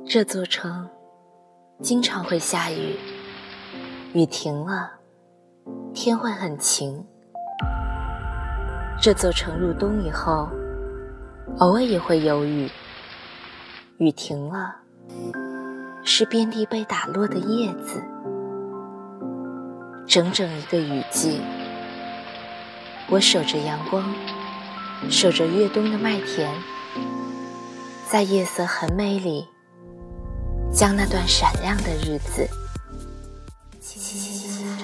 这座城经常会下雨，雨停了，天会很晴。这座城入冬以后，偶尔也会有雨，雨停了，是遍地被打落的叶子。整整一个雨季，我守着阳光，守着越冬的麦田，在夜色很美里，将那段闪亮的日子轻轻地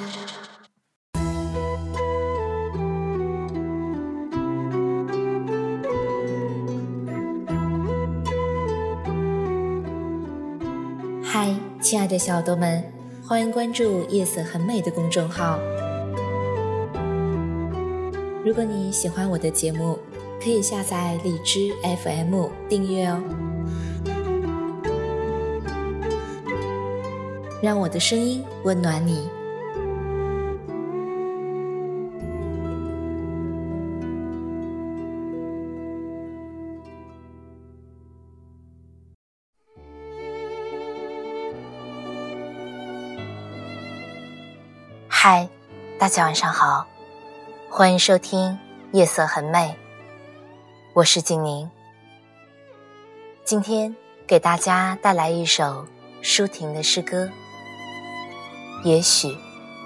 嗨，亲爱的小耳朵们，欢迎关注夜色很美的公众号。如果你喜欢我的节目，可以下载荔枝 FM 订阅哦。让我的声音温暖你。嗨，大家晚上好，欢迎收听夜色很美，我是静宁。今天给大家带来一首舒婷的诗歌，也许。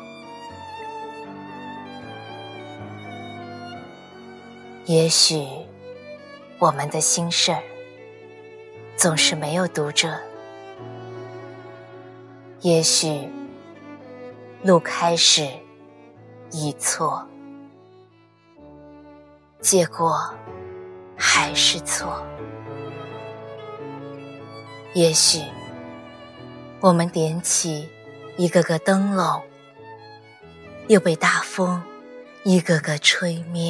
也许我们的心事儿总是没有读者，也许路开始已错，结果还是错。也许我们点起一个个灯笼，又被大风一个个吹灭。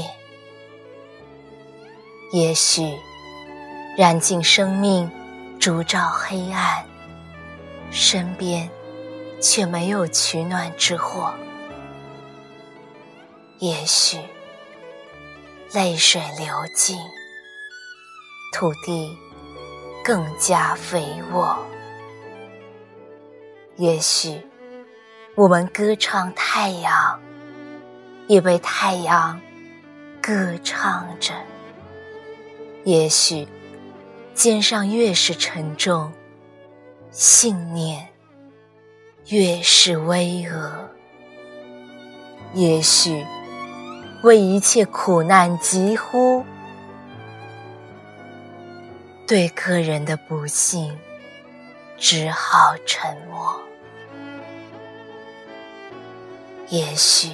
也许燃尽生命，烛照黑暗，身边却没有取暖之火。也许泪水流尽，土地更加肥沃。也许我们歌唱太阳，也被太阳歌唱着。也许肩上越是沉重，信念越是巍峨。也许为一切苦难疾呼，对个人的不幸只好沉默。也许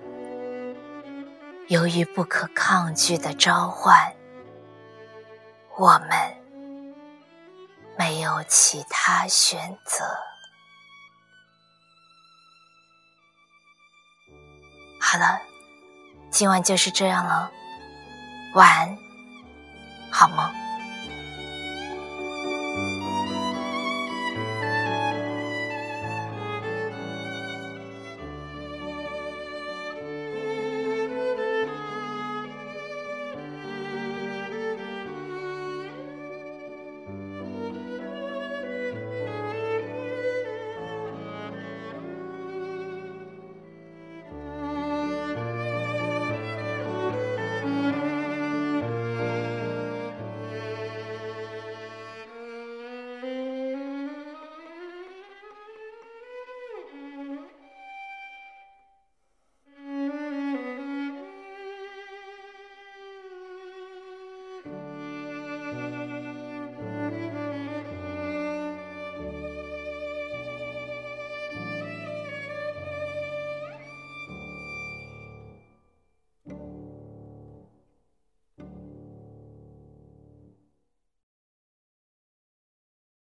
由于不可抗拒的召唤，我们没有其他选择。好了，今晚就是这样了，晚安，好梦。